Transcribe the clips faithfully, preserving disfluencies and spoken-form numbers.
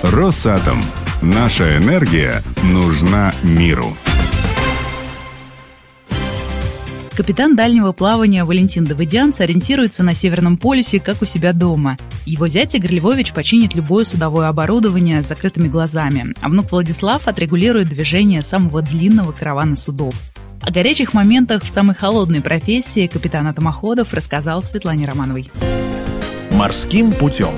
Росатом. Наша энергия нужна миру. Капитан дальнего плавания Валентин Давыдян ориентируется на Северном полюсе, как у себя дома. Его зять Игорь Львович починит любое судовое оборудование с закрытыми глазами, а внук Владислав отрегулирует движение самого длинного каравана судов. О горячих моментах в самой холодной профессии капитан атомоходов рассказал Светлане Романовой. Морским путем.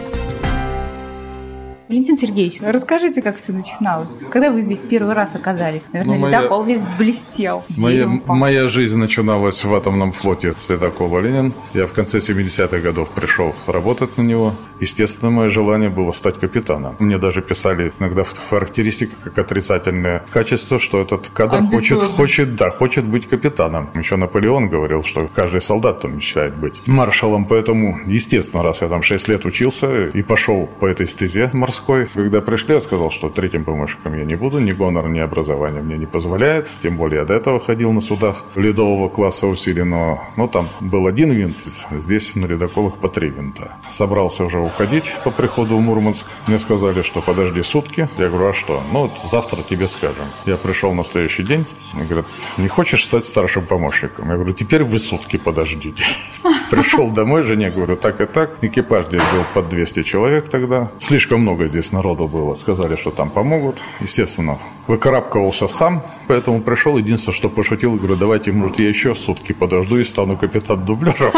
Валентин Сергеевич, расскажите, как все начиналось. Когда вы здесь первый раз оказались? Наверное, ну, моя... ледокол весь блестел. Моя, моя жизнь начиналась в атомном флоте с ледокола «Ленин». Я в конце семидесятых годов пришел работать на него. Естественно, мое желание было стать капитаном. Мне даже писали иногда в характеристиках как отрицательное качество, что этот кадр хочет, хочет, да, хочет быть капитаном. Еще Наполеон говорил, что каждый солдат там мечтает быть маршалом. Поэтому, естественно, раз я там шесть лет учился и пошел по этой стезе морской, когда пришли, я сказал, что третьим помощником я не буду, ни гонор, ни образование мне не позволяет. Тем более я до этого ходил на судах ледового класса усиленного. Но там был один винт, здесь на ледоколах по три винта. Собрался уже уходить по приходу в Мурманск. Мне сказали, что подожди сутки. Я говорю, а что? Ну, вот завтра тебе скажем. Я пришел на следующий день. Мне говорят, не хочешь стать старшим помощником? Я говорю, теперь вы сутки подождите. Пришел домой, жене говорю, так и так. Экипаж здесь был под двести человек тогда. Слишком много здесь народу было. Сказали, что там помогут. Естественно, выкарабкивался сам. Поэтому пришел. Единственное, что пошутил, говорю, давайте, может, я еще сутки подожду и стану капитан-дублером.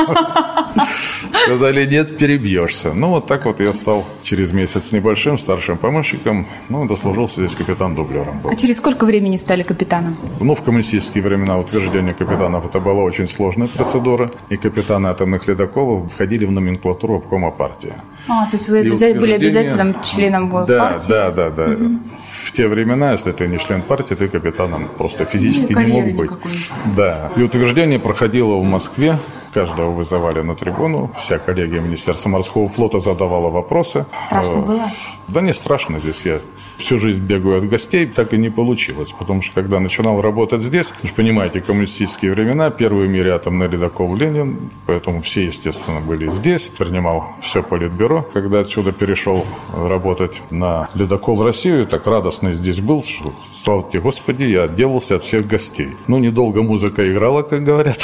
Сказали, нет, перебьешься. Ну, вот так вот я стал через месяц с небольшим старшим помощником. Ну, дослужился здесь капитан-дублером. А через сколько времени стали капитаном? Ну, в коммунистические времена утверждение капитанов это была очень сложная процедура. И капитаны атомных ледоколов входили в номенклатуру обкома партии. А, то есть вы утверждение... были обязательным членом да, партии? Да, да, да, да. Угу. В те времена, если ты не член партии, ты капитаном просто физически ну, не мог быть. Да. И утверждение проходило в Москве. Каждого вызывали на трибуну. Вся коллегия Министерства морского флота задавала вопросы. Страшно было? Да не страшно здесь. Я всю жизнь бегаю от гостей, так и не получилось. Потому что, когда начинал работать здесь, вы же понимаете, коммунистические времена, первый в мире атомный ледокол «Ленин», поэтому все, естественно, были здесь. Принимал все политбюро. Когда отсюда перешел работать на ледокол «Россию», так радостно здесь был, что, слава тебе Господи, я отделался от всех гостей. Ну, недолго музыка играла, как говорят.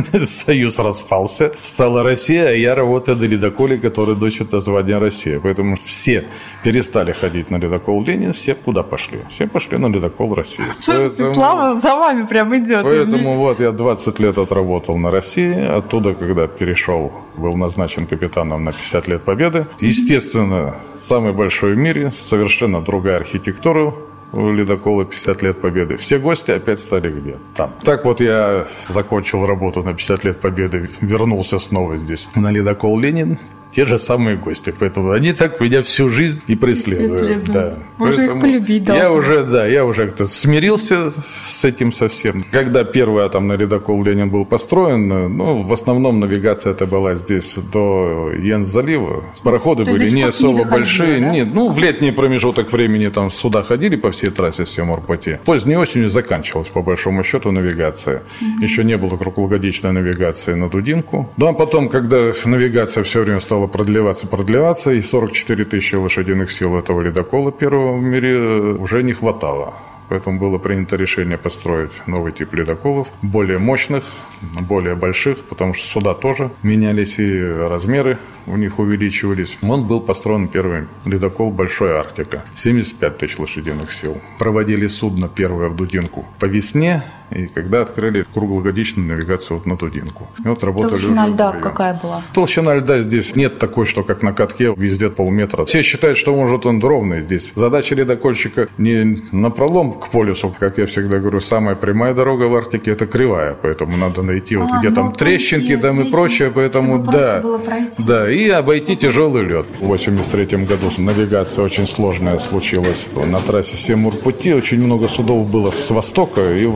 Союз распался. Стала Россия, а я работаю на ледоколе, который носит название «Россия». Поэтому все перестали ходить на ледокол «Ленин», все куда пошли? Все пошли на ледокол «Россия». Слушайте, поэтому, слава за вами прям идет. Поэтому вот я двадцать лет отработал на России. Оттуда, когда перешел, был назначен капитаном на пятьдесят лет Победы. Естественно, самый большой в мире, совершенно другая архитектура у ледокола пятьдесят лет Победы. Все гости опять стали где? Там. Так вот я закончил работу на пятьдесят лет Победы, вернулся снова здесь на ледокол «Ленин». Те же самые гости. Поэтому они так меня всю жизнь и преследуют. Да. Уже их полюбить должны. Я уже, да, я уже как-то смирился с этим совсем. Когда первый атомный ледокол «Ленин» был построен, ну, в основном навигация это была здесь до Йен-залива. Пароходы то были не особо не большие. Да? Нет, ну, в летний промежуток времени там суда ходили по всей трассе Севморпути. Поздней осенью заканчивалась, по большому счету, навигация. Угу. Еще не было круглогодичной навигации на Дудинку. Ну, а потом, когда навигация все время стала продлеваться, продлеваться, и сорок четыре тысячи лошадиных сил этого ледокола первого в мире уже не хватало. Поэтому было принято решение построить новый тип ледоколов, более мощных, более больших, потому что суда тоже менялись и размеры у них увеличивались. Он был построен первый ледокол «Большой Арктика», семьдесят пять тысяч лошадиных сил. Проводили судно первое в Дудинку по весне, и когда открыли круглогодичную навигацию вот на Дудинку. И вот работали толщина льда какая была? Толщина льда здесь нет такой, что как на катке, везде полметра. Все считают, что может он ровный здесь. Задача ледокольщика не напролом к полюсу, как я всегда говорю, самая прямая дорога в Арктике – это кривая, поэтому надо найти вот а, где там трещинки там и прочее, поэтому да, да, и обойти тяжелый лед. В восемьдесят третьем году навигация очень сложная случилась на трассе Севморпути. Очень много судов было с востока, и в восточной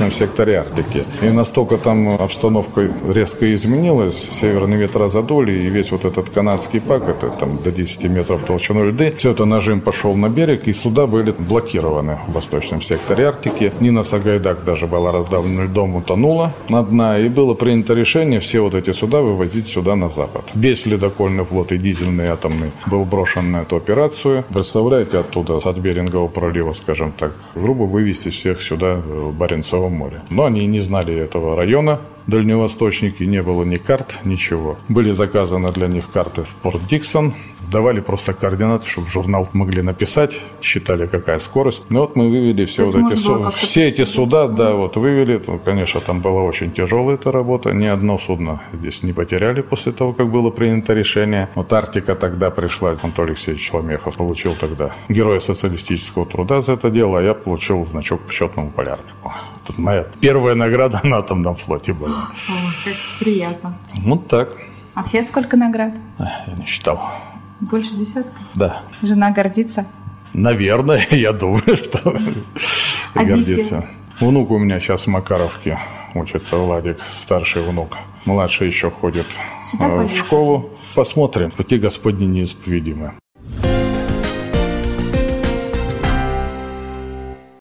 восточном секторе Арктики. И настолько там обстановка резко изменилась, северные ветра задули, и весь вот этот канадский пак, это там до десяти метров толщиной льды, все это нажим пошел на берег, и суда были блокированы в восточном секторе Арктики. Нина Сагайдак даже была раздавлена льдом, утонула на дна, и было принято решение все вот эти суда вывозить сюда на запад. Весь ледокольный флот и дизельный, и атомный был брошен на эту операцию. Представляете, оттуда, от Берингового пролива, скажем так, грубо вывести всех сюда, в Баренцево море. Но они не знали этого района, дальневосточники, не было ни карт, ничего. Были заказаны для них карты в Порт Диксон, давали просто координаты, чтобы журнал могли написать, считали, какая скорость. Ну вот мы вывели все вот эти суда, все эти суда, да, вот вывели. Ну, конечно, там была очень тяжелая эта работа. Ни одно судно здесь не потеряли после того, как было принято решение. Вот Арктика тогда пришла. Анатолий Алексеевич Шламехов получил тогда Героя социалистического труда за это дело, а я получил значок почетному полярнику. Это моя первая награда на атомном флоте была. О, как приятно. Вот так. А сейчас сколько наград? Я не считал. Больше десятка? Да. Жена гордится? Наверное, я думаю, что а гордится. Дети? Внук у меня сейчас в Макаровке учится, Владик, старший внук. Младший еще ходит Сюда в поехали. школу. Посмотрим. Пути Господни неисповедимы.